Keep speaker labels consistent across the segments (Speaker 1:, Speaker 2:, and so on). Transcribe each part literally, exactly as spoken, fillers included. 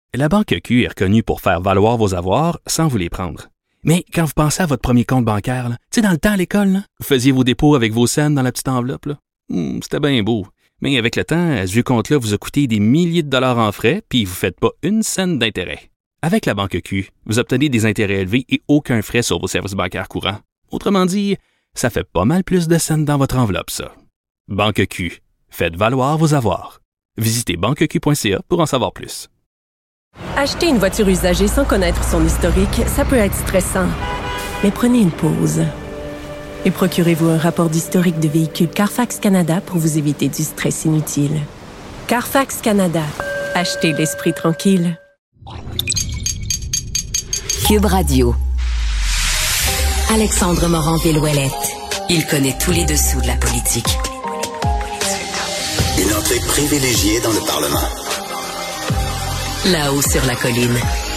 Speaker 1: La Banque Q est reconnue pour faire valoir vos avoirs sans vous les prendre. Mais quand vous pensez à votre premier compte bancaire, tu sais, dans le temps à l'école, là, vous faisiez vos dépôts avec vos scènes dans la petite enveloppe. Là. Hum, c'était bien beau. Mais avec le temps, ce vieux compte-là vous a coûté des milliers de dollars en frais, puis vous ne faites pas une scène d'intérêt. Avec la Banque Q, vous obtenez des intérêts élevés et aucun frais sur vos services bancaires courants. Autrement dit, ça fait pas mal plus de scènes dans votre enveloppe, ça. Banque Q. Faites valoir vos avoirs. Visitez banque q point c a pour en savoir plus.
Speaker 2: Acheter une voiture usagée sans connaître son historique, ça peut être stressant. Mais prenez une pause. Et procurez-vous un rapport d'historique de véhicule Carfax Canada pour vous éviter du stress inutile. Carfax Canada. Achetez l'esprit tranquille.
Speaker 3: Cube Radio. Alexandre Morin-Villouellette. Il connaît tous les dessous de la politique.
Speaker 4: Une entrée privilégiée dans le Parlement.
Speaker 3: Là-haut sur la colline.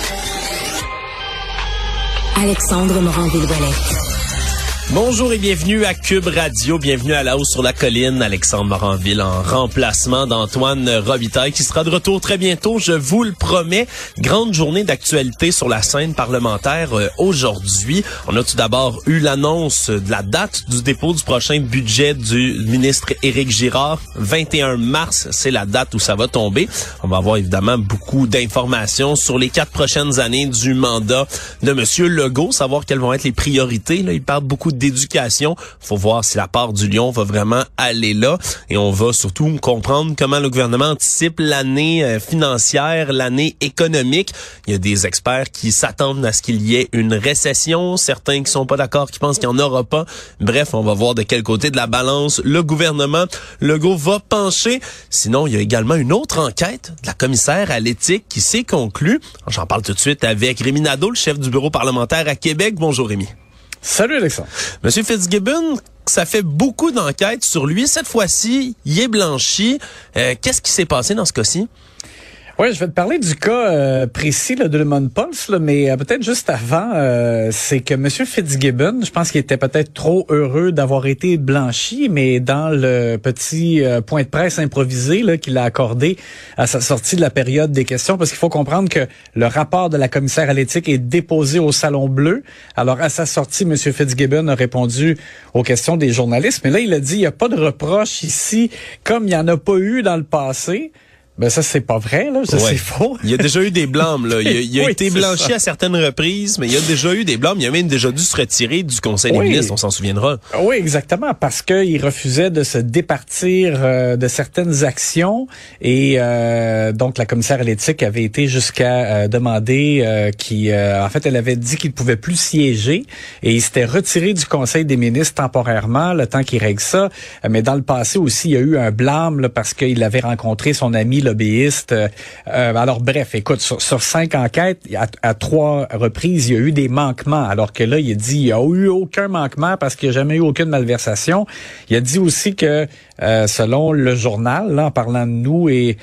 Speaker 3: Alexandre Morin-Villouellette.
Speaker 5: Bonjour et bienvenue à Cube Radio, bienvenue à Là-haut sur la colline. Alexandre Moranville en remplacement d'Antoine Robitaille qui sera de retour très bientôt, je vous le promets. Grande journée d'actualité sur la scène parlementaire euh, aujourd'hui. On a tout d'abord eu l'annonce de la date du dépôt du prochain budget du ministre Éric Girard. vingt et un mars, c'est la date où ça va tomber. On va avoir évidemment beaucoup d'informations sur les quatre prochaines années du mandat de Monsieur Legault, savoir quelles vont être les priorités. Là, il parle beaucoup de d'éducation. Faut voir si la part du lion va vraiment aller là. Et on va surtout comprendre comment le gouvernement anticipe l'année euh, financière, l'année économique. Il y a des experts qui s'attendent à ce qu'il y ait une récession. Certains qui sont pas d'accord, qui pensent qu'il n'y en aura pas. Bref, on va voir de quel côté de la balance le gouvernement Legault va pencher. Sinon, il y a également une autre enquête de la commissaire à l'éthique qui s'est conclue. J'en parle tout de suite avec Rémi Nadeau, le chef du bureau parlementaire à Québec. Bonjour Rémi.
Speaker 6: Salut Alexandre.
Speaker 5: Monsieur Fitzgibbon, ça fait beaucoup d'enquêtes sur lui. Cette fois-ci, il est blanchi. Euh, qu'est-ce qui s'est passé dans ce cas-ci?
Speaker 6: Oui, je vais te parler du cas euh, précis là, de Lemon Pulse, là, mais euh, peut-être juste avant, euh, c'est que M. Fitzgibbon, je pense qu'il était peut-être trop heureux d'avoir été blanchi, mais dans le petit euh, point de presse improvisé là, qu'il a accordé à sa sortie de la période des questions, parce qu'il faut comprendre que le rapport de la commissaire à l'éthique est déposé au Salon Bleu. Alors, à sa sortie, M. Fitzgibbon a répondu aux questions des journalistes, mais là, il a dit, il n'y a pas de reproche ici, comme il n'y en a pas eu dans le passé. Ben ça, c'est pas vrai, là. Ça, ouais. C'est faux.
Speaker 5: Il y a déjà eu des blâmes, là. Il a, il a oui, été blanchi ça. à certaines reprises, mais il y a déjà eu des blâmes. Il a même déjà dû se retirer du Conseil des oui. ministres, on s'en souviendra.
Speaker 6: Oui, exactement, parce qu'il refusait de se départir euh, de certaines actions. Et euh, donc, la commissaire à l'éthique avait été jusqu'à euh, demander euh, qu'il... Euh, en fait, elle avait dit qu'il pouvait plus siéger. Et il s'était retiré du Conseil des ministres temporairement, le temps qu'il règle ça. Mais dans le passé aussi, il y a eu un blâme là, parce qu'il avait rencontré son ami lobbyiste. Euh, alors bref, écoute, sur, sur cinq enquêtes, à, à trois reprises, il y a eu des manquements. Alors que là, il a dit il n'y a eu aucun manquement parce qu'il n'y a jamais eu aucune malversation. Il a dit aussi que euh, selon le journal, là, en parlant de nous et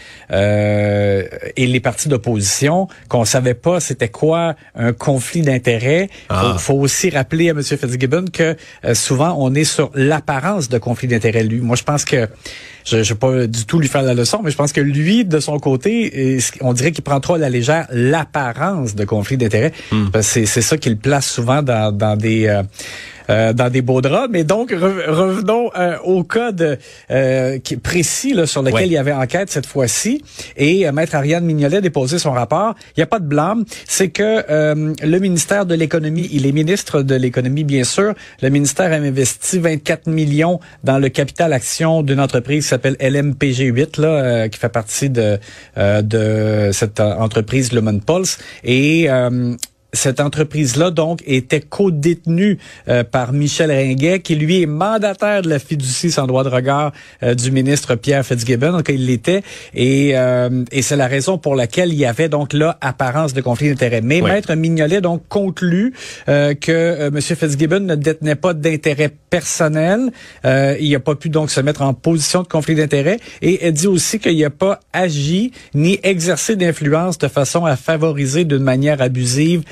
Speaker 6: euh, et les partis d'opposition, qu'on savait pas c'était quoi un conflit d'intérêts. Ah. Faut, faut aussi rappeler à M. Fitzgibbon que euh, souvent on est sur l'apparence de conflit d'intérêts. Lui, moi, je pense que je ne vais pas du tout lui faire la leçon, mais je pense que lui, de son côté, on dirait qu'il prend trop à la légère l'apparence de conflit d'intérêts. Mm. C'est, c'est ça qu'il place souvent dans, dans des... Euh, Euh, dans des beaux draps. Mais donc, re- revenons euh, au cas de, euh, qui, précis là, sur lequel ouais. il y avait enquête cette fois-ci. Et euh, Maître Ariane Mignolet a déposé son rapport. Il n'y a pas de blâme. C'est que euh, le ministère de l'Économie, il est ministre de l'Économie, bien sûr. Le ministère a investi vingt-quatre millions dans le capital action d'une entreprise qui s'appelle L M P G huit, là, euh, qui fait partie de, euh, de cette entreprise Lemon Pulse. Et... Euh, cette entreprise-là, donc, était co-détenue euh, par Michel Ringuet, qui, lui, est mandataire de la fiducie sans droit de regard euh, du ministre Pierre Fitzgibbon. Donc, il l'était. Et, euh, et c'est la raison pour laquelle il y avait, donc, là, apparence de conflit d'intérêts. Mais oui. Maître Mignolet, donc, conclut euh, que euh, M. Fitzgibbon ne détenait pas d'intérêt personnel. Euh, il n'a pas pu, donc, se mettre en position de conflit d'intérêts. Et elle dit aussi qu'il n'a pas agi ni exercé d'influence de façon à favoriser d'une manière abusive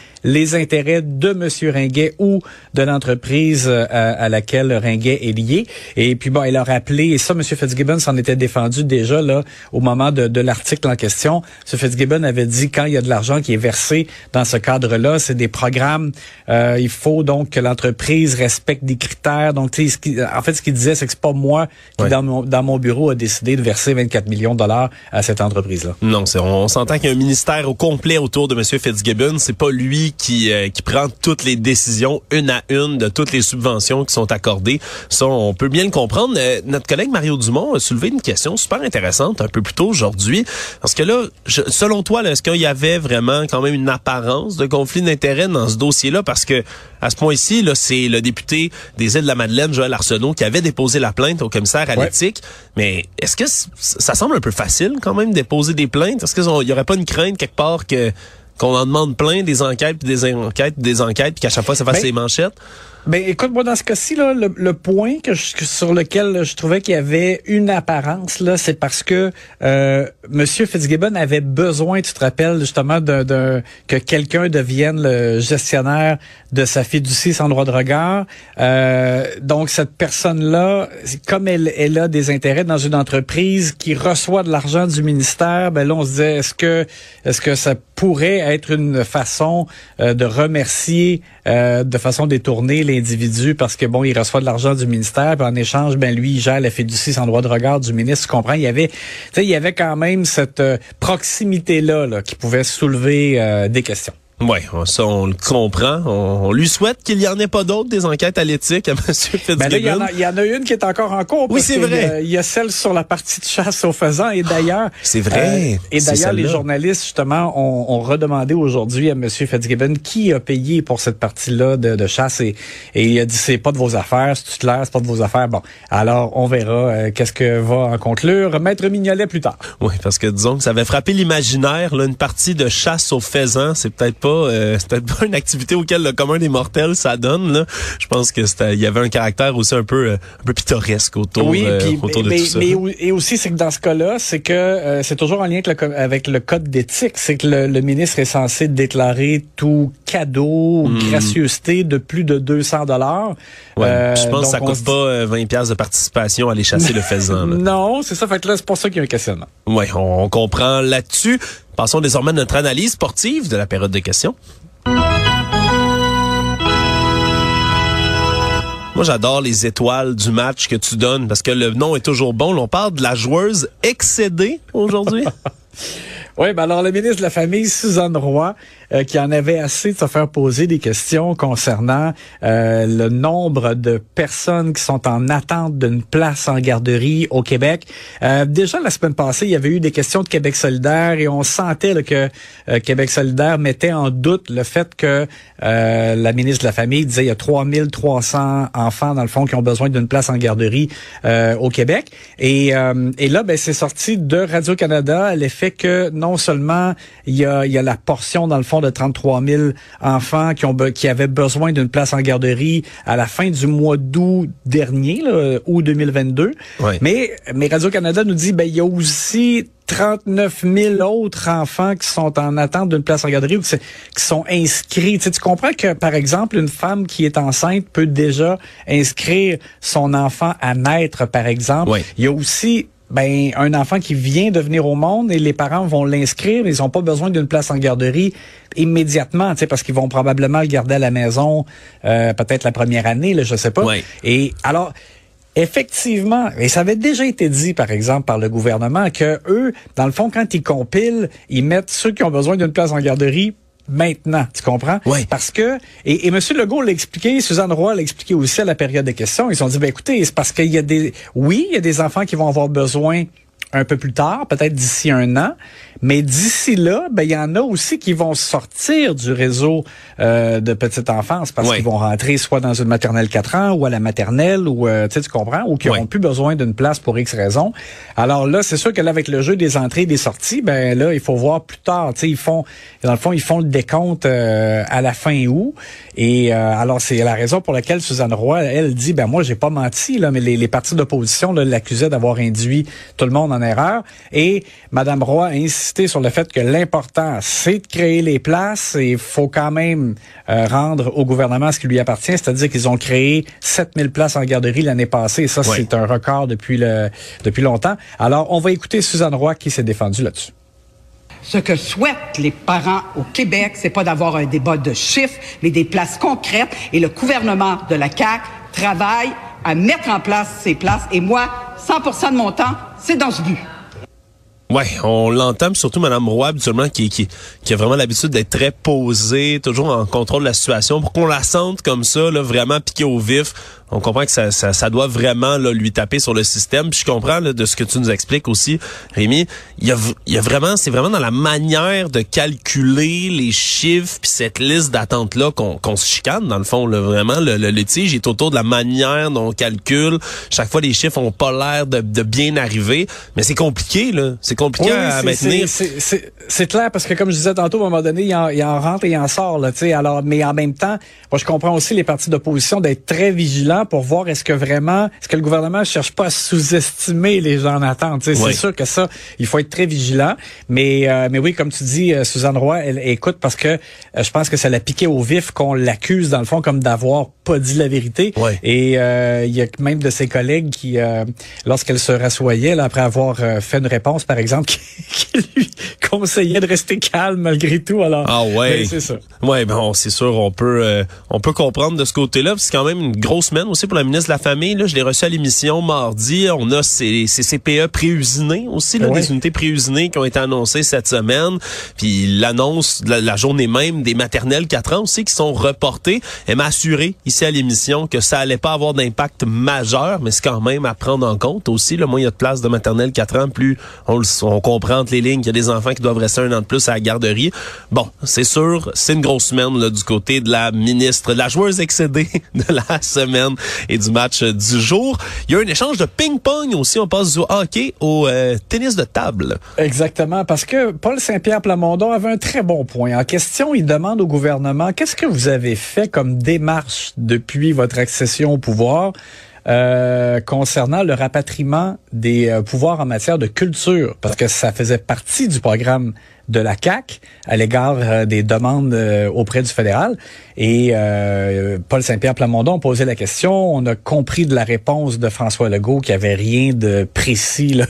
Speaker 6: les intérêts de M. Ringuet ou de l'entreprise à, à laquelle Ringuet est lié. Et puis bon, elle a rappelé, et ça, M. Fitzgibbon s'en était défendu déjà là au moment de, de l'article en question. M. Fitzgibbon avait dit quand il y a de l'argent qui est versé dans ce cadre-là, c'est des programmes. Euh, il faut donc que l'entreprise respecte des critères. Donc, tu sais, ce qui, en fait, ce qu'il disait, c'est que c'est pas moi qui, ouais. dans, mon, dans mon bureau, a décidé de verser vingt-quatre millions de dollars à cette entreprise-là.
Speaker 5: Non, c'est, on s'entend qu'il y a un ministère au complet autour de M. Fitzgibbon. C'est pas lui qui, euh, qui prend toutes les décisions, une à une, de toutes les subventions qui sont accordées. Ça, on peut bien le comprendre. Euh, notre collègue Mario Dumont a soulevé une question super intéressante un peu plus tôt aujourd'hui. Parce que là, je, selon toi, là, est-ce qu'il y avait vraiment quand même une apparence de conflit d'intérêts dans ce dossier-là? Parce que à ce point-ci, là, c'est le député des Îles-de-la-Madeleine, Joël Arsenault, qui avait déposé la plainte au commissaire à
Speaker 6: ouais.
Speaker 5: l'éthique. Mais est-ce que ça semble un peu facile quand même de déposer des plaintes? Est-ce qu'il y aurait pas une crainte quelque part que qu'on en demande plein des enquêtes, puis des enquêtes, des enquêtes, puis qu'à chaque fois ça fasse ben, ses manchettes?
Speaker 6: Ben, écoute, moi, dans ce cas-ci, là, le, le point que je, sur lequel là, je trouvais qu'il y avait une apparence, là, c'est parce que euh, M. Fitzgibbon avait besoin, tu te rappelles, justement, de, de que quelqu'un devienne le gestionnaire de sa fiducie sans droit de regard. Euh, donc, cette personne-là, comme elle, elle a des intérêts dans une entreprise qui reçoit de l'argent du ministère, ben là, on se disait, est-ce que, est-ce que ça pourrait être une façon euh, de remercier euh, de façon détournée l'individu parce que bon, il reçoit de l'argent du ministère, puis en échange, ben lui, il gère la fiducie sans droit de regard du ministre. Tu comprends? Il y avait, tu sais, il y avait quand même cette euh, proximité-là là, qui pouvait soulever euh, des questions.
Speaker 5: Oui, ça, on le comprend. On, on lui souhaite qu'il y en ait pas d'autres des enquêtes à l'éthique à M. Fitzgibbon.
Speaker 6: Ben là, il y en a, il y en a une qui est encore en cours.
Speaker 5: Oui, c'est vrai.
Speaker 6: Euh, il y a celle sur la partie de chasse aux faisans. Et d'ailleurs,
Speaker 5: oh, c'est vrai.
Speaker 6: Euh, et d'ailleurs, les journalistes, justement, ont, ont redemandé aujourd'hui à M. Fitzgibbon qui a payé pour cette partie-là de, de chasse. Et, et il a dit, c'est pas de vos affaires, c'est clair, c'est pas de vos affaires. Bon, alors, on verra euh, qu'est-ce que va en conclure Maître Mignolet plus tard.
Speaker 5: Oui, parce que disons que ça avait frappé l'imaginaire, là, une partie de chasse aux faisans, c'est peut-être pas Euh, c'est peut-être pas une activité auquel le commun des mortels s'adonne, là. Je pense que c'était, il y avait un caractère aussi un peu, euh, un peu pittoresque autour,
Speaker 6: oui,
Speaker 5: euh,
Speaker 6: puis,
Speaker 5: autour de
Speaker 6: mais,
Speaker 5: tout ça.
Speaker 6: Mais, et aussi, c'est que dans ce cas-là, c'est que euh, c'est toujours en lien avec le, avec le code d'éthique. C'est que le, le ministre est censé déclarer tout cadeau ou mmh. gracieuseté de plus de deux cents dollars.
Speaker 5: Ouais, euh, je pense que ça coûte pas euh, vingt piastres de participation à aller chasser le faisan. Là.
Speaker 6: Non, c'est ça. Fait que là, c'est pour ça qu'il y a un questionnement.
Speaker 5: Oui, on, on comprend là-dessus. Passons désormais à notre analyse sportive de la période de questions. Moi, j'adore les étoiles du match que tu donnes parce que le nom est toujours bon. Là, on parle de la joueuse excédée aujourd'hui.
Speaker 6: Oui, ben alors le ministre de la Famille, Suzanne Roy, euh, qui en avait assez de se faire poser des questions concernant euh, le nombre de personnes qui sont en attente d'une place en garderie au Québec. Euh, déjà, la semaine passée, il y avait eu des questions de Québec solidaire et on sentait là, que euh, Québec solidaire mettait en doute le fait que euh, la ministre de la Famille disait il y a trois mille trois cents enfants, dans le fond, qui ont besoin d'une place en garderie euh, au Québec. Et, euh, et là, ben c'est sorti de Radio-Canada à l'effet que non seulement il y a, il y a la portion, dans le fond, de trente-trois mille enfants qui ont qui avaient besoin d'une place en garderie à la fin du mois d'août dernier, là, août deux mille vingt-deux. Ouais. Mais, mais Radio-Canada nous dit, ben, il y a aussi trente-neuf mille autres enfants qui sont en attente d'une place en garderie ou qui, qui sont inscrits. Tu sais, tu comprends que, par exemple, une femme qui est enceinte peut déjà inscrire son enfant à naître, par exemple. Ouais. Il y a aussi ben un enfant qui vient de venir au monde et les parents vont l'inscrire, mais ils n'ont pas besoin d'une place en garderie immédiatement, tu sais, parce qu'ils vont probablement le garder à la maison euh, peut-être la première année, là, je sais pas. Ouais. Et alors, effectivement, et ça avait déjà été dit, par exemple, par le gouvernement, que eux, dans le fond, quand ils compilent, ils mettent ceux qui ont besoin d'une place en garderie maintenant, tu comprends? Oui. Parce que, et, et M. Legault l'a expliqué, Suzanne Roy l'a expliqué aussi à la période de questions, ils ont dit, ben écoutez, c'est parce qu'il y a des, oui, il y a des enfants qui vont avoir besoin un peu plus tard, peut-être d'ici un an, mais d'ici là, ben il y en a aussi qui vont sortir du réseau euh, de petite enfance parce oui. qu'ils vont rentrer soit dans une maternelle quatre ans ou à la maternelle ou euh, tu comprends, ou qui n'auront oui. plus besoin d'une place pour X raisons. Alors là, c'est sûr que là, avec le jeu des entrées et des sorties, ben là, il faut voir plus tard. Tu sais, ils font, dans le fond, ils font le décompte euh, à la fin août. Et euh, alors, c'est la raison pour laquelle Suzanne Roy, elle dit, ben moi, j'ai pas menti là, mais les, les partis d'opposition là, l'accusaient d'avoir induit tout le monde en en erreur. Et Mme Roy a insisté sur le fait que l'important, c'est de créer les places et il faut quand même euh, rendre au gouvernement ce qui lui appartient, c'est-à-dire qu'ils ont créé sept mille places en garderie l'année passée. Et ça, ouais. c'est un record depuis le depuis longtemps. Alors, on va écouter Suzanne Roy qui s'est défendue là-dessus.
Speaker 7: Ce que souhaitent les parents au Québec, c'est pas d'avoir un débat de chiffres, mais des places concrètes. Et le gouvernement de la C A Q travaille à mettre en place ces places. Et moi, cent pour cent de mon temps, c'est dans ce but.
Speaker 5: Ouais, on l'entend, surtout Mme Roy, habituellement, qui, qui, qui a vraiment l'habitude d'être très posée, toujours en contrôle de la situation, pour qu'on la sente comme ça, là, vraiment piquée au vif. On comprend que ça, ça, ça doit vraiment là, lui taper sur le système. Puis je comprends là, de ce que tu nous expliques aussi, Rémi. Il y a, il y a vraiment, c'est vraiment dans la manière de calculer les chiffres puis cette liste d'attente là qu'on, qu'on se chicane dans le fond. Là, vraiment, le, le litige est autour de la manière dont on calcule. Chaque fois, les chiffres ont pas l'air de, de bien arriver, mais c'est compliqué là. C'est compliqué
Speaker 6: oui,
Speaker 5: à
Speaker 6: c'est,
Speaker 5: maintenir.
Speaker 6: C'est, c'est, c'est, c'est clair parce que comme je disais tantôt, à un moment donné, il en, il en rentre et il en sort là. Tu sais, alors, mais en même temps, moi je comprends aussi les partis d'opposition d'être très vigilants pour voir est-ce que vraiment, est-ce que le gouvernement cherche pas à sous-estimer les gens en attente. Oui. C'est sûr que ça, il faut être très vigilant. Mais euh, mais oui, comme tu dis, euh, Suzanne Roy, elle, elle écoute parce que euh, je pense que ça l'a piqué au vif qu'on l'accuse dans le fond comme d'avoir pas dit la vérité.
Speaker 5: Oui.
Speaker 6: Et euh, il y a même de ses collègues qui, euh, lorsqu'elle se rassoyait, là, après avoir euh, fait une réponse, par exemple, qui, qui lui conseillait de rester calme malgré tout. Alors,
Speaker 5: ah ouais,
Speaker 6: c'est ça.
Speaker 5: Ouais, bon, c'est sûr, on peut euh, on peut comprendre de ce côté-là. C'est quand même une grosse semaine aussi pour la ministre de la Famille. Là, je l'ai reçu à l'émission mardi. On a ces, ces C P E préusinés aussi, là, ouais. des unités préusinées qui ont été annoncées cette semaine. Puis l'annonce la, la journée même des maternelles quatre ans aussi qui sont reportées. Elle m'a assuré ici à l'émission que ça allait pas avoir d'impact majeur, mais c'est quand même à prendre en compte aussi. Là, moins il y a de place de maternelle quatre ans, plus on, on comprend entre les lignes qu'il y a des enfants qui doivent rester un an de plus à la garderie. Bon, c'est sûr, c'est une grosse semaine là, du côté de la ministre, de la joueuse excédée de la semaine et du match euh, du jour. Il y a un échange de ping-pong aussi. On passe du hockey au euh, tennis de table.
Speaker 6: Exactement, parce que Paul Saint-Pierre Plamondon avait un très bon point. En question, il demande au gouvernement, qu'est-ce que vous avez fait comme démarche depuis votre accession au pouvoir Euh, concernant le rapatriement des euh, pouvoirs en matière de culture, parce que ça faisait partie du programme de la C A Q à l'égard euh, des demandes euh, auprès du fédéral. Et euh, Paul Saint-Pierre Plamondon posait la question. On a compris de la réponse de François Legault qu'il n'y avait rien de précis là,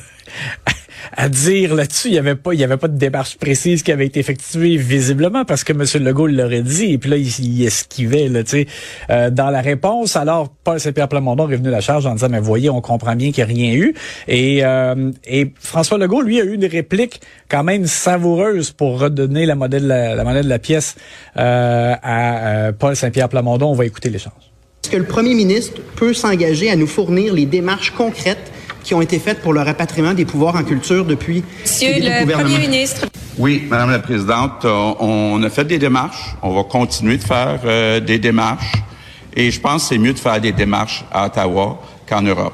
Speaker 6: à dire là-dessus. Il n'y avait pas, il y avait pas de démarche précise qui avait été effectuée visiblement parce que M. Legault l'aurait dit. Et puis là, il, il esquivait là, tu sais, euh, dans la réponse. Alors, Paul Saint-Pierre Plamondon est revenu à la charge en disant, mais voyez, on comprend bien qu'il n'y a rien eu. Et, euh, et François Legault, lui, a eu une réplique quand même savoureuse pour redonner la monnaie de la, la monnaie de la pièce euh, à euh, Paul Saint-Pierre Plamondon. On va écouter l'échange.
Speaker 8: Est-ce que le premier ministre peut s'engager à nous fournir les démarches concrètes qui ont été faites pour le rapatriement des pouvoirs en culture depuis
Speaker 9: Monsieur le, le Premier ministre.
Speaker 10: Oui, Madame la Présidente, on, on a fait des démarches. On va continuer de faire euh, des démarches. Et je pense que c'est mieux de faire des démarches à Ottawa qu'en Europe.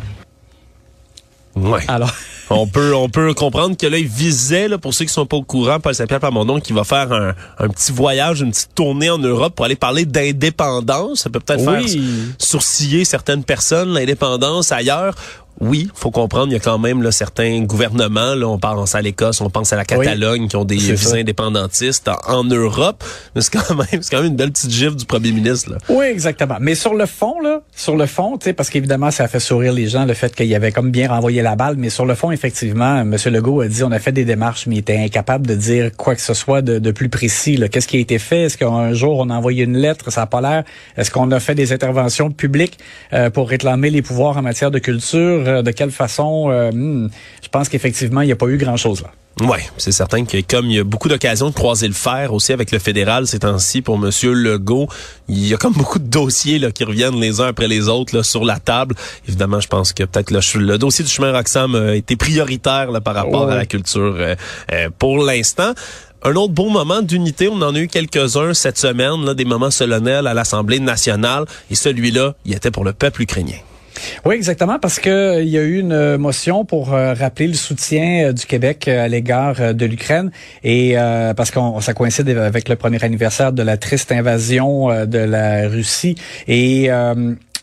Speaker 5: Ouais. Alors, on peut on peut comprendre que là il visait là, pour ceux qui sont pas au courant, Paul Saint-Pierre Plamondon qui va faire un, un petit voyage, une petite tournée en Europe pour aller parler d'indépendance. Ça peut peut-être oui. faire sourciller certaines personnes, l'indépendance ailleurs. Oui, faut comprendre, il y a quand même là, certains gouvernements, là, on pense à l'Écosse, on pense à la Catalogne, oui, qui ont des visas indépendantistes en, en Europe. Mais c'est quand même, c'est quand même une belle petite gifle du premier ministre, là.
Speaker 6: Oui, exactement. Mais sur le fond, là, sur le fond, tu sais, parce qu'évidemment, ça a fait sourire les gens, le fait qu'il y avait comme bien renvoyé la balle. Mais sur le fond, effectivement, M. Legault a dit, on a fait des démarches, mais il était incapable de dire quoi que ce soit de, de plus précis, là. Qu'est-ce qui a été fait? Est-ce qu'un jour, on a envoyé une lettre? Ça n'a pas l'air. Est-ce qu'on a fait des interventions publiques, euh, pour réclamer les pouvoirs en matière de culture? De quelle façon, euh, hmm, je pense qu'effectivement, il n'y a pas eu grand-chose là.
Speaker 5: Ouais, c'est certain que comme il y a beaucoup d'occasions de croiser le fer aussi avec le fédéral ces temps-ci pour Monsieur Legault, il y a comme beaucoup de dossiers là qui reviennent les uns après les autres là sur la table. Évidemment, je pense que peut-être le, le dossier du chemin Roxham a été prioritaire là par rapport ouais. à la culture euh, euh, pour l'instant. Un autre beau moment d'unité, on en a eu quelques-uns cette semaine, là, des moments solennels à l'Assemblée nationale, et celui-là, il était pour le peuple ukrainien.
Speaker 6: Oui, exactement, parce que il y a eu une motion pour euh, rappeler le soutien euh, du Québec euh, à l'égard euh, de l'Ukraine et euh, parce qu'on ça coïncide avec le premier anniversaire de la triste invasion euh, de la Russie et euh,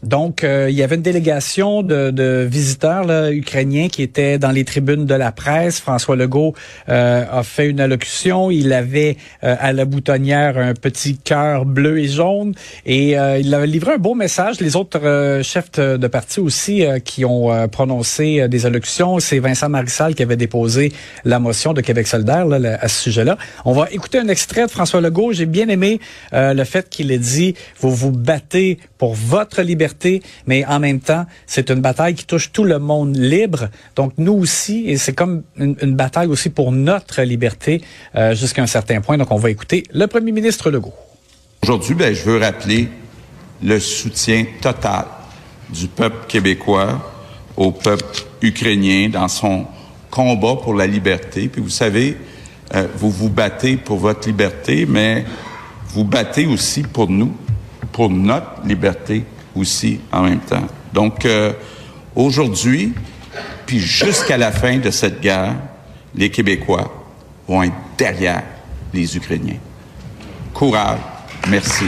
Speaker 6: Donc, euh, il y avait une délégation de, de visiteurs là, ukrainiens qui étaient dans les tribunes de la presse. François Legault euh, a fait une allocution. Il avait euh, à la boutonnière un petit cœur bleu et jaune. Et euh, il a livré un beau message. Les autres euh, chefs de, de parti aussi euh, qui ont euh, prononcé euh, des allocutions. C'est Vincent Marissal qui avait déposé la motion de Québec solidaire là, à ce sujet-là. On va écouter un extrait de François Legault. J'ai bien aimé euh, le fait qu'il ait dit « Vous vous battez pour votre liberté ». Mais en même temps, c'est une bataille qui touche tout le monde libre. Donc, nous aussi, et c'est comme une, une bataille aussi pour notre liberté euh, jusqu'à un certain point. Donc, on va écouter le premier ministre Legault.
Speaker 10: Aujourd'hui, ben, je veux rappeler le soutien total du peuple québécois au peuple ukrainien dans son combat pour la liberté. Puis vous savez, euh, vous vous battez pour votre liberté, mais vous battez aussi pour nous, pour notre liberté aussi en même temps. Donc, euh, aujourd'hui, puis jusqu'à la fin de cette guerre, les Québécois vont être derrière les Ukrainiens. Courage. Merci.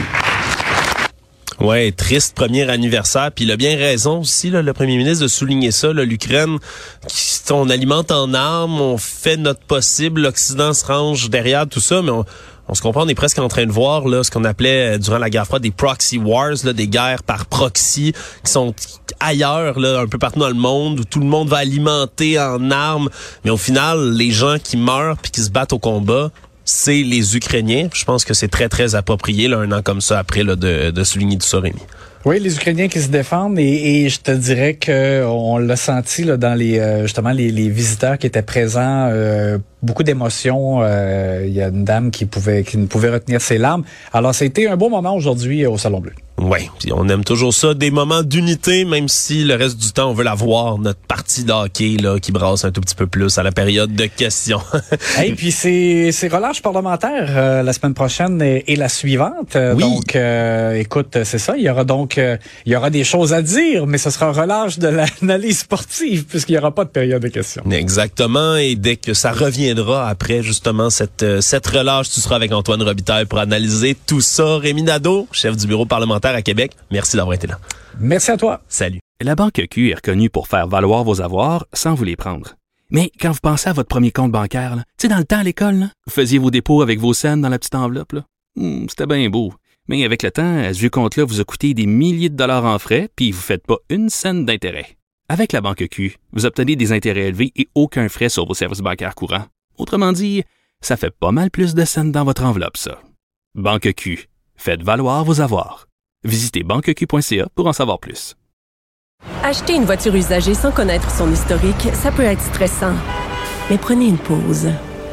Speaker 5: Ouais, triste premier anniversaire. Puis il a bien raison aussi, là, le premier ministre, de souligner ça. Là, l'Ukraine, qui, on alimente en armes, on fait notre possible, l'Occident se range derrière tout ça, mais on, on se comprend, on est presque en train de voir là ce qu'on appelait durant la guerre froide des proxy wars, là, des guerres par proxy qui sont ailleurs, là, un peu partout dans le monde, où tout le monde va alimenter en armes, mais au final, les gens qui meurent puis qui se battent au combat, c'est les Ukrainiens. Je pense que c'est très, très approprié, là, un an comme ça après, là, de, de souligner tout ça, Rémi.
Speaker 6: Oui, les Ukrainiens qui se défendent et, et je te dirais que on l'a senti là, dans les euh, justement les, les visiteurs qui étaient présents, euh, beaucoup d'émotions. Euh, il y a une dame qui pouvait qui ne pouvait retenir ses larmes. Alors, ça a été un beau moment aujourd'hui au Salon Bleu.
Speaker 5: Oui, puis on aime toujours ça, des moments d'unité, même si le reste du temps, on veut la voir, notre partie de hockey là, qui brasse un tout petit peu plus à la période de questions.
Speaker 6: Et puis c'est c'est relâche parlementaire euh, la semaine prochaine et, et la suivante. Oui. Donc, euh, écoute, c'est ça. Il y aura donc euh, il y aura des choses à dire, mais ce sera relâche de l'analyse sportive puisqu'il n'y aura pas de période de questions.
Speaker 5: Exactement. Et dès que ça reviendra après justement cette cette relâche, tu seras avec Antoine Robitaille pour analyser tout ça. Rémi Nadeau, chef du bureau parlementaire à Québec. Merci d'avoir été là.
Speaker 6: Merci à toi.
Speaker 5: Salut.
Speaker 1: La Banque Q est reconnue pour faire valoir vos avoirs sans vous les prendre. Mais quand vous pensez à votre premier compte bancaire, tu sais, dans le temps à l'école, là, vous faisiez vos dépôts avec vos scènes dans la petite enveloppe. Là. Hum, c'était bien beau. Mais avec le temps, ce vieux compte-là vous a coûté des milliers de dollars en frais, puis vous ne faites pas une scène d'intérêt. Avec la Banque Q, vous obtenez des intérêts élevés et aucun frais sur vos services bancaires courants. Autrement dit, ça fait pas mal plus de scènes dans votre enveloppe, ça. Banque Q. Faites valoir vos avoirs. Visitez banque q point c a pour en savoir plus.
Speaker 2: Acheter une voiture usagée sans connaître son historique, ça peut être stressant. Mais prenez une pause.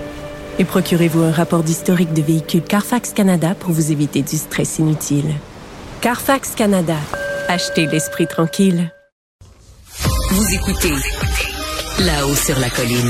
Speaker 2: Et procurez-vous un rapport d'historique de véhicule Carfax Canada pour vous éviter du stress inutile. Carfax Canada. Achetez l'esprit tranquille.
Speaker 3: Vous écoutez Là-haut sur la colline.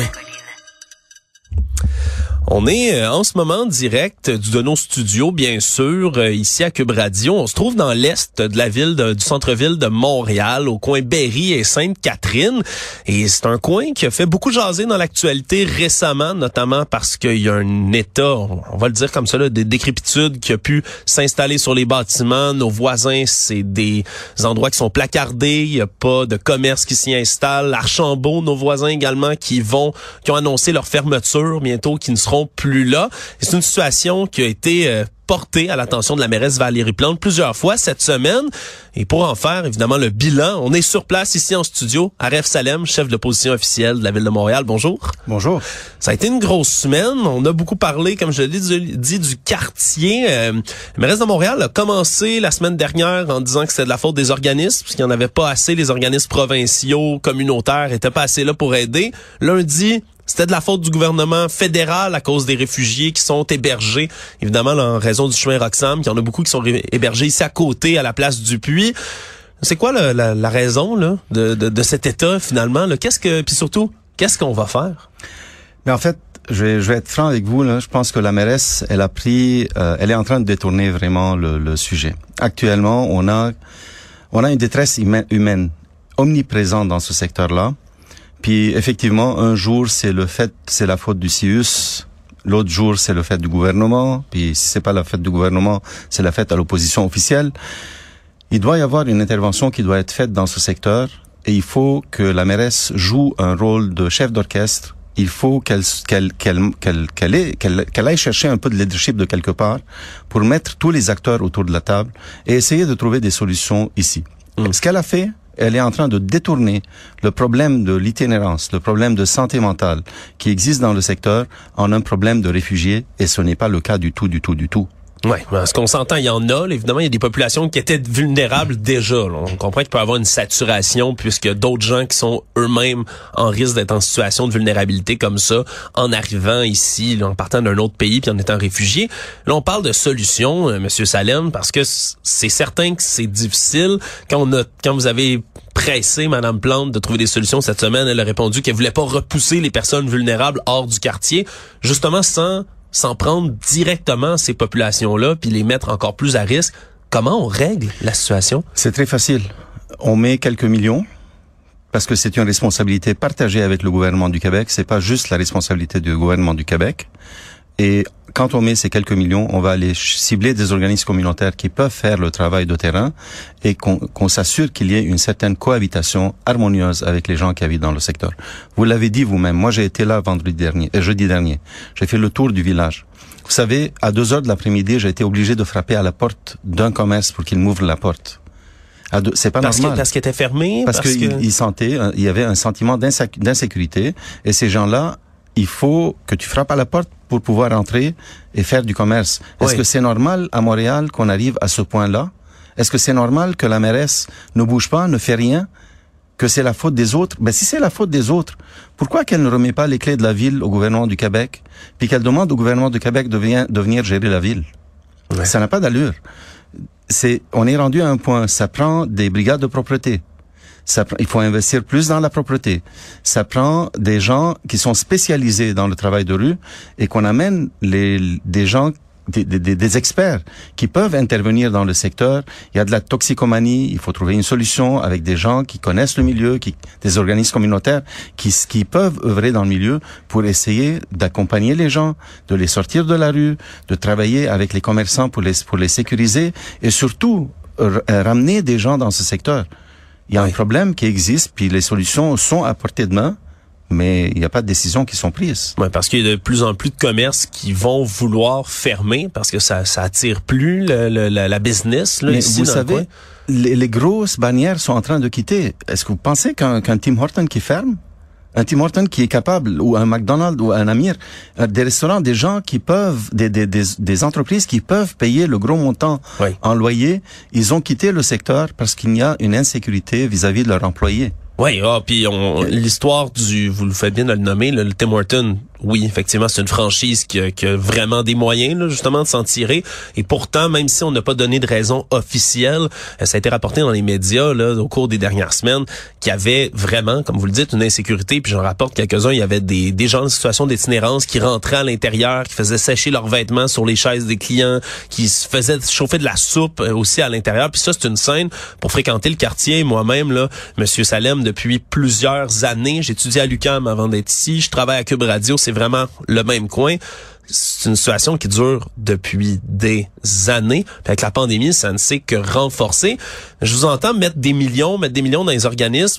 Speaker 5: On est euh, en ce moment en direct de nos studios, bien sûr, euh, ici à Cube Radio. On se trouve dans l'est de la ville, de, du centre-ville de Montréal, au coin Berry et Sainte-Catherine. Et c'est un coin qui a fait beaucoup jaser dans l'actualité récemment, notamment parce qu'il y a un état, on va le dire comme ça, là, de décrépitude qui a pu s'installer sur les bâtiments. Nos voisins, c'est des endroits qui sont placardés. Il n'y a pas de commerce qui s'y installe. Archambault, nos voisins également, qui vont, qui ont annoncé leur fermeture bientôt, qui ne seront plus là. Et c'est une situation qui a été euh, portée à l'attention de la mairesse Valérie Plante plusieurs fois cette semaine. Et pour en faire, évidemment, le bilan, on est sur place ici en studio. Aref Salem, chef de l'opposition officielle de la Ville de Montréal. Bonjour.
Speaker 11: Bonjour. Ça
Speaker 5: a été une grosse semaine. On a beaucoup parlé, comme je l'ai dit, dit du quartier. Euh, la mairesse de Montréal a commencé la semaine dernière en disant que c'était de la faute des organismes, parce qu'il n'y en avait pas assez. Les organismes provinciaux, communautaires étaient pas assez là pour aider. Lundi, c'était de la faute du gouvernement fédéral à cause des réfugiés qui sont hébergés, évidemment, là, en raison du chemin Roxham, qu'il y en a beaucoup qui sont hébergés ici à côté, à la place du Puy. C'est quoi la, la, la raison là, de, de, de cet état, finalement? Là? Qu'est-ce que, puis surtout, qu'est-ce qu'on va faire?
Speaker 11: Mais en fait, je vais, je vais être franc avec vous. Là. Je pense que la mairesse, elle a pris, euh, elle est en train de détourner vraiment le, le sujet. Actuellement, on a, on a une détresse humaine omniprésente dans ce secteur-là. Puis effectivement, un jour c'est le fait, c'est la faute du C I U S. L'autre jour c'est le fait du gouvernement. Puis si c'est pas la faute du gouvernement, c'est la faute à l'opposition officielle. Il doit y avoir une intervention qui doit être faite dans ce secteur et il faut que la mairesse joue un rôle de chef d'orchestre. Il faut qu'elle qu'elle qu'elle qu'elle qu'elle ait, qu'elle qu'elle aille chercher un peu de leadership de quelque part pour mettre tous les acteurs autour de la table et essayer de trouver des solutions ici. Mmh. Ce qu'elle a fait, elle est en train de détourner le problème de l'itinérance, le problème de santé mentale qui existe dans le secteur en un problème de réfugiés et ce n'est pas le cas du tout, du tout, du tout.
Speaker 5: Oui, ce qu'on s'entend, il y en a. Là, évidemment, il y a des populations qui étaient vulnérables déjà. Là. On comprend qu'il peut y avoir une saturation puisque d'autres gens qui sont eux-mêmes en risque d'être en situation de vulnérabilité comme ça, en arrivant ici, là, en partant d'un autre pays puis en étant réfugié. Là, on parle de solutions, euh, Monsieur Salem, parce que c'est certain que c'est difficile. Quand on a, quand vous avez pressé Madame Plante de trouver des solutions cette semaine, elle a répondu qu'elle voulait pas repousser les personnes vulnérables hors du quartier, justement sans s'en prendre directement à ces populations-là puis les mettre encore plus à risque. Comment on règle la situation?
Speaker 11: C'est très facile. On met quelques millions parce que c'est une responsabilité partagée avec le gouvernement du Québec. C'est pas juste la responsabilité du gouvernement du Québec. Et quand on met ces quelques millions, on va aller cibler des organismes communautaires qui peuvent faire le travail de terrain et qu'on, qu'on s'assure qu'il y ait une certaine cohabitation harmonieuse avec les gens qui habitent dans le secteur. Vous l'avez dit vous-même, moi j'ai été là vendredi dernier, euh, jeudi dernier. J'ai fait le tour du village. Vous savez, à deux heures de l'après-midi, j'ai été obligé de frapper à la porte d'un commerce pour qu'il m'ouvre la porte. Deux, c'est pas
Speaker 5: parce
Speaker 11: normal.
Speaker 5: Que, parce qu'il était fermé?
Speaker 11: Parce, parce qu'il
Speaker 5: que...
Speaker 11: il sentait, il y avait un sentiment d'inséc- d'insécurité et ces gens-là, il faut que tu frappes à la porte pour pouvoir entrer et faire du commerce. Est-ce oui. que c'est normal à Montréal qu'on arrive à ce point-là? Est-ce que c'est normal que la mairesse ne bouge pas, ne fait rien, que c'est la faute des autres? Ben si c'est la faute des autres, pourquoi qu'elle ne remet pas les clés de la ville au gouvernement du Québec, puis qu'elle demande au gouvernement du Québec de, venir, de venir gérer la ville? Ouais. Ça n'a pas d'allure. C'est, on est rendu à un point, ça prend des brigades de propreté. Ça, il faut investir plus dans la propreté. Ça prend des gens qui sont spécialisés dans le travail de rue et qu'on amène les, des gens, des, des, des experts qui peuvent intervenir dans le secteur. Il y a de la toxicomanie, il faut trouver une solution avec des gens qui connaissent le milieu, qui, des organismes communautaires qui, qui peuvent œuvrer dans le milieu pour essayer d'accompagner les gens, de les sortir de la rue, de travailler avec les commerçants pour les, pour les sécuriser et surtout r- ramener des gens dans ce secteur. Il y a oui. un problème qui existe, puis les solutions sont à portée de main, mais il n'y a pas de décisions qui sont prises.
Speaker 5: Oui, parce qu'il y a de plus en plus de commerces qui vont vouloir fermer parce que ça ça attire plus le, le, la, la business. Là,
Speaker 11: mais
Speaker 5: ici,
Speaker 11: vous
Speaker 5: dans
Speaker 11: savez,
Speaker 5: le coin.
Speaker 11: Les, les grosses bannières sont en train de quitter. Est-ce que vous pensez qu'un, qu'un Tim Hortons qui ferme, un Tim Hortons qui est capable, ou un McDonald's ou un Amir, des restaurants, des gens qui peuvent, des, des, des, des entreprises qui peuvent payer le gros montant oui. en loyer, ils ont quitté le secteur parce qu'il y a une insécurité vis-à-vis de leurs employés.
Speaker 5: Oui, ah, puis on, l'histoire du, vous le faites bien de le nommer, le, le Tim Hortons, oui, effectivement, c'est une franchise qui a, qui a vraiment des moyens, là, justement, de s'en tirer. Et pourtant, même si on n'a pas donné de raison officielle, ça a été rapporté dans les médias, là, au cours des dernières semaines, qu'il y avait vraiment, comme vous le dites, une insécurité. Puis j'en rapporte quelques-uns, il y avait des, des gens en situation d'itinérance qui rentraient à l'intérieur, qui faisaient sécher leurs vêtements sur les chaises des clients, qui se faisaient chauffer de la soupe aussi à l'intérieur. Puis ça, c'est une scène pour fréquenter le quartier. Moi-même, là, Monsieur Salem, depuis plusieurs années, j'étudie à l'U Q A M avant d'être ici, je travaille à Cube Radio, c'est vraiment le même coin. C'est une situation qui dure depuis des années. Puis avec la pandémie, ça ne s'est que renforcer. Je vous entends mettre des millions, mettre des millions dans les organismes.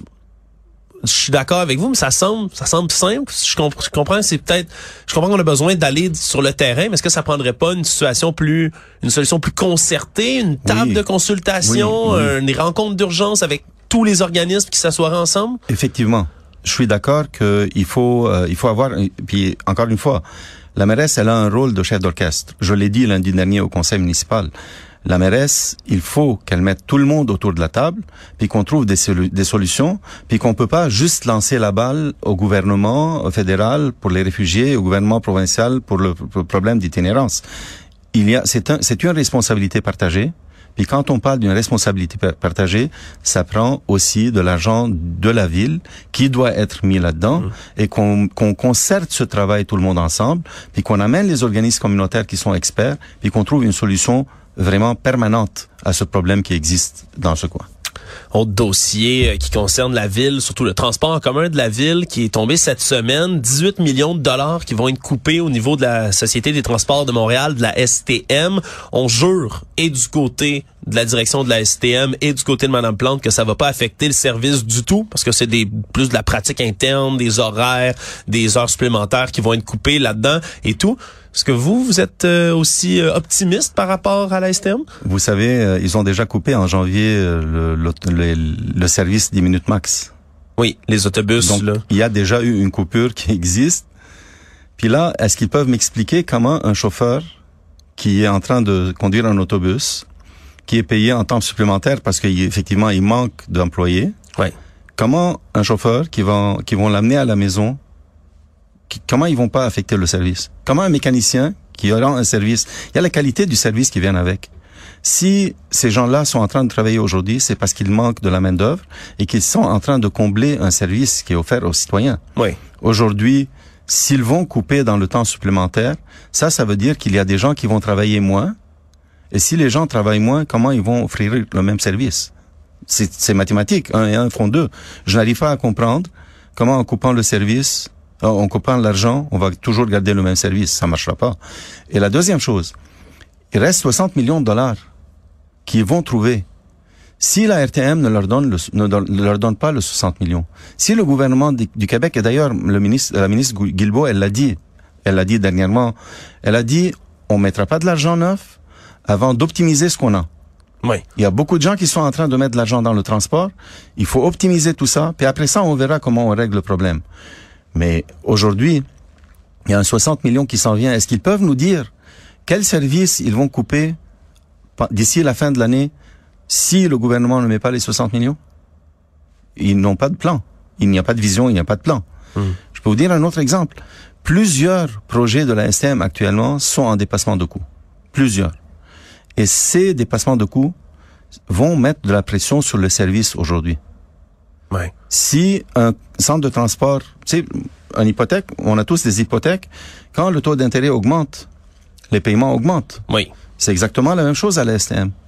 Speaker 5: Je suis d'accord avec vous, mais ça semble, ça semble simple. Je, comp- je comprends, c'est peut-être, je comprends qu'on a besoin d'aller sur le terrain, mais est-ce que ça prendrait pas une situation plus, une solution plus concertée, une table oui. de consultation, oui, oui. Euh, des rencontres d'urgence avec tous les organismes qui s'assoiraient ensemble?
Speaker 11: Effectivement. Je suis d'accord qu'il faut, euh, il faut avoir, puis encore une fois, la mairesse, elle a un rôle de chef d'orchestre. Je l'ai dit lundi dernier au conseil municipal. La mairesse, il faut qu'elle mette tout le monde autour de la table, puis qu'on trouve des, solu- des solutions, puis qu'on peut pas juste lancer la balle au gouvernement fédéral pour les réfugiés, au gouvernement provincial pour le, pour le problème d'itinérance. Il y a, c'est un, c'est une responsabilité partagée. Puis quand on parle d'une responsabilité partagée, ça prend aussi de l'argent de la ville qui doit être mis là-dedans mmh. et qu'on, qu'on concerte ce travail tout le monde ensemble, puis qu'on amène les organismes communautaires qui sont experts, puis qu'on trouve une solution vraiment permanente à ce problème qui existe dans ce coin.
Speaker 5: Autre dossier euh, qui concerne la ville, surtout le transport en commun de la ville, qui est tombé cette semaine. dix-huit millions de dollars qui vont être coupés au niveau de la Société des transports de Montréal, de la S T M. On jure, et du côté de la direction de la S T M et du côté de Mme Plante, que ça va pas affecter le service du tout, parce que c'est des plus de la pratique interne, des horaires, des heures supplémentaires qui vont être coupées là-dedans et tout. Est-ce que vous, vous êtes euh, aussi euh, optimiste par rapport à la S T M?
Speaker 11: Vous savez, euh, ils ont déjà coupé en janvier euh, le, le, le, le service dix minutes max.
Speaker 5: Oui, les autobus.
Speaker 11: Donc,
Speaker 5: là.
Speaker 11: Il y a déjà eu une coupure qui existe. Puis là, est-ce qu'ils peuvent m'expliquer comment un chauffeur qui est en train de conduire un autobus, qui est payé en temps supplémentaire parce qu'effectivement, il manque d'employés,
Speaker 5: ouais.
Speaker 11: comment un chauffeur qui va, qui vont l'amener à la maison, qui, comment ils vont pas affecter le service? Comment un mécanicien qui aura un service, il y a la qualité du service qui vient avec. Si ces gens-là sont en train de travailler aujourd'hui, c'est parce qu'ils manquent de la main-d'œuvre et qu'ils sont en train de combler un service qui est offert aux citoyens.
Speaker 5: Oui.
Speaker 11: Aujourd'hui, s'ils vont couper dans le temps supplémentaire, ça, ça veut dire qu'il y a des gens qui vont travailler moins. Et si les gens travaillent moins, comment ils vont offrir le même service? C'est, c'est mathématique. Un et un font deux. Je n'arrive pas à comprendre comment en coupant le service, en coupant l'argent, on va toujours garder le même service. Ça marchera pas. Et la deuxième chose, il reste soixante millions de dollars qu'ils vont trouver. Si la R T M ne leur donne le, ne, ne leur donne pas le soixante millions, si le gouvernement du, du Québec, et d'ailleurs le ministre, la ministre Guilbeault, elle l'a dit, elle l'a dit dernièrement, elle a dit, on mettra pas de l'argent neuf avant d'optimiser ce qu'on a.
Speaker 5: Oui.
Speaker 11: Il y a beaucoup de gens qui sont en train de mettre de l'argent dans le transport. Il faut optimiser tout ça, puis après ça, on verra comment on règle le problème. Mais aujourd'hui, il y a un soixante millions qui s'en vient. Est-ce qu'ils peuvent nous dire quels services ils vont couper d'ici la fin de l'année si le gouvernement ne met pas les soixante millions? Ils n'ont pas de plan. Il n'y a pas de vision, il n'y a pas de plan. Hum. Je peux vous dire un autre exemple. Plusieurs projets de la S T M actuellement sont en dépassement de coûts. Plusieurs. Et ces dépassements de coûts vont mettre de la pression sur le service aujourd'hui.
Speaker 5: Ouais.
Speaker 11: Si un centre de transport, tu sais, une hypothèque, on a tous des hypothèques, quand le taux d'intérêt augmente, les paiements augmentent.
Speaker 5: Oui.
Speaker 11: C'est exactement la même chose à la S T M.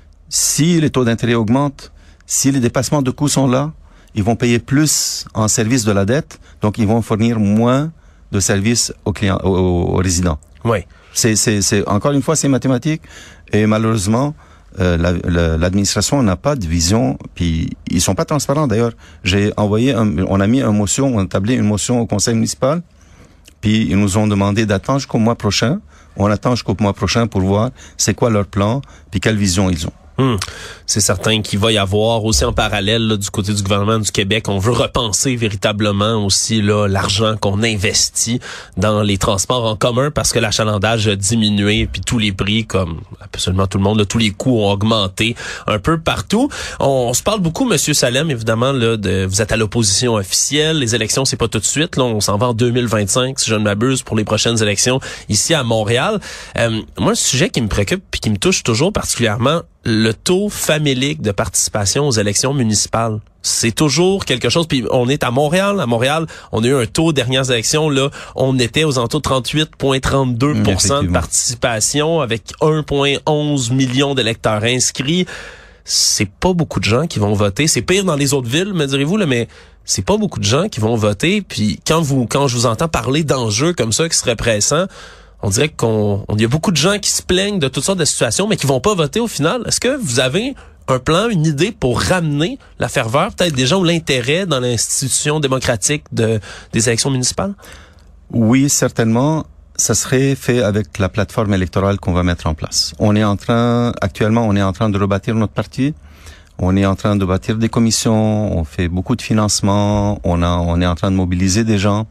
Speaker 11: Si les taux d'intérêt augmentent, si les dépassements de coûts sont là, ils vont payer plus en service de la dette, donc ils vont fournir moins de services aux clients, aux, aux résidents.
Speaker 5: Oui.
Speaker 11: C'est, c'est, c'est, encore une fois, c'est mathématique. Et malheureusement, euh, la, la, l'administration n'a pas de vision, puis ils sont pas transparents. D'ailleurs, j'ai envoyé, un, on a mis une motion, on a tablé une motion au conseil municipal, puis ils nous ont demandé d'attendre jusqu'au mois prochain. On attend jusqu'au mois prochain pour voir c'est quoi leur plan, puis quelle vision ils ont.
Speaker 5: Hum. C'est certain qu'il va y avoir aussi en parallèle là, du côté du gouvernement du Québec, on veut repenser véritablement aussi là l'argent qu'on investit dans les transports en commun parce que l'achalandage a diminué puis tous les prix comme absolument tout le monde, là, tous les coûts ont augmenté un peu partout. On, on se parle beaucoup, Monsieur Salem, évidemment là, de vous êtes à l'opposition officielle, les élections c'est pas tout de suite, là on s'en va en deux mille vingt-cinq si je ne m'abuse pour les prochaines élections ici à Montréal. Euh, moi le sujet qui me préoccupe puis qui me touche toujours particulièrement, le taux famélique de participation aux élections municipales. C'est toujours quelque chose, puis on est à Montréal. À Montréal, on a eu un taux, dernières élections, là, on était aux alentours de trente-huit virgule trente-deux pour cent de participation avec un virgule onze million d'électeurs inscrits. C'est pas beaucoup de gens qui vont voter. C'est pire dans les autres villes, me direz-vous, là, mais c'est pas beaucoup de gens qui vont voter. Puis quand vous, quand je vous entends parler d'enjeux comme ça qui seraient pressants, on dirait qu'on, on y a beaucoup de gens qui se plaignent de toutes sortes de situations, mais qui vont pas voter au final. Est-ce que vous avez un plan, une idée pour ramener la ferveur, peut-être des gens ou l'intérêt dans l'institution démocratique de, des élections municipales?
Speaker 11: Oui, certainement. Ça serait fait avec la plateforme électorale qu'on va mettre en place. On est en train, actuellement, on est en train de rebâtir notre parti. On est en train de bâtir des commissions. On fait beaucoup de financement. On a, on est en train de mobiliser des gens.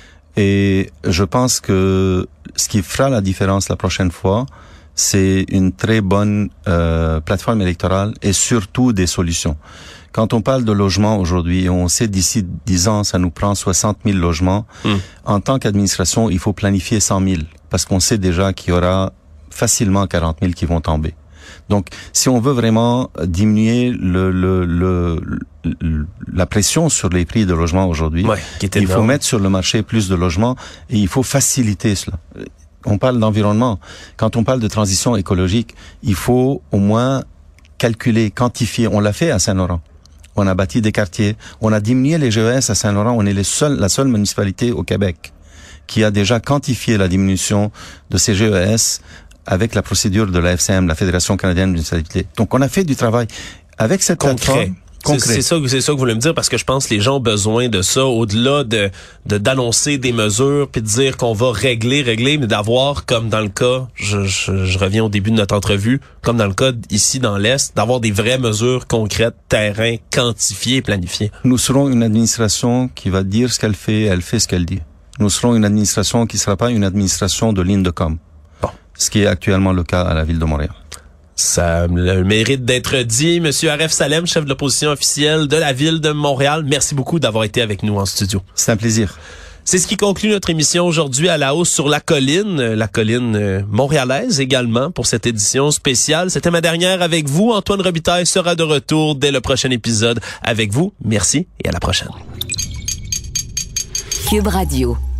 Speaker 11: Et je pense que ce qui fera la différence la prochaine fois, c'est une très bonne euh, plateforme électorale et surtout des solutions. Quand on parle de logement aujourd'hui, on sait d'ici dix ans, ça nous prend soixante mille logements. Mmh. En tant qu'administration, il faut planifier cent mille parce qu'on sait déjà qu'il y aura facilement quarante mille qui vont tomber. Donc, si on veut vraiment diminuer le, le, le, le la pression sur les prix de logement aujourd'hui,
Speaker 5: ouais,
Speaker 11: il faut mettre sur le marché plus de logements et il faut faciliter cela. On parle d'environnement. Quand on parle de transition écologique, il faut au moins calculé, quantifié. On l'a fait à Saint-Laurent. On a bâti des quartiers. On a diminué les G E S à Saint-Laurent. On est les seuls, la seule municipalité au Québec qui a déjà quantifié la diminution de ces G E S avec la procédure de la F C M, la Fédération canadienne de municipalités. Donc, on a fait du travail avec cette plateforme.
Speaker 5: C'est, c'est ça, c'est ça que vous voulez me dire, parce que je pense que les gens ont besoin de ça, au-delà de, de d'annoncer des mesures puis de dire qu'on va régler, régler, mais d'avoir, comme dans le cas, je, je, je reviens au début de notre entrevue, comme dans le cas ici dans l'Est, d'avoir des vraies mesures concrètes, terrain, quantifiées et planifiées.
Speaker 11: Nous serons une administration qui va dire ce qu'elle fait, elle fait ce qu'elle dit. Nous serons une administration qui ne sera pas une administration de ligne de com. Bon. Ce qui est actuellement le cas à la Ville de Montréal.
Speaker 5: Ça le mérite d'être dit. Monsieur Aref Salem, chef de l'opposition officielle de la Ville de Montréal, merci beaucoup d'avoir été avec nous en studio.
Speaker 11: C'est un plaisir.
Speaker 5: C'est ce qui conclut notre émission aujourd'hui à la hausse sur la colline, la colline montréalaise également pour cette édition spéciale. C'était ma dernière avec vous. Antoine Robitaille sera de retour dès le prochain épisode avec vous. Merci et à la prochaine.
Speaker 3: Cube Radio.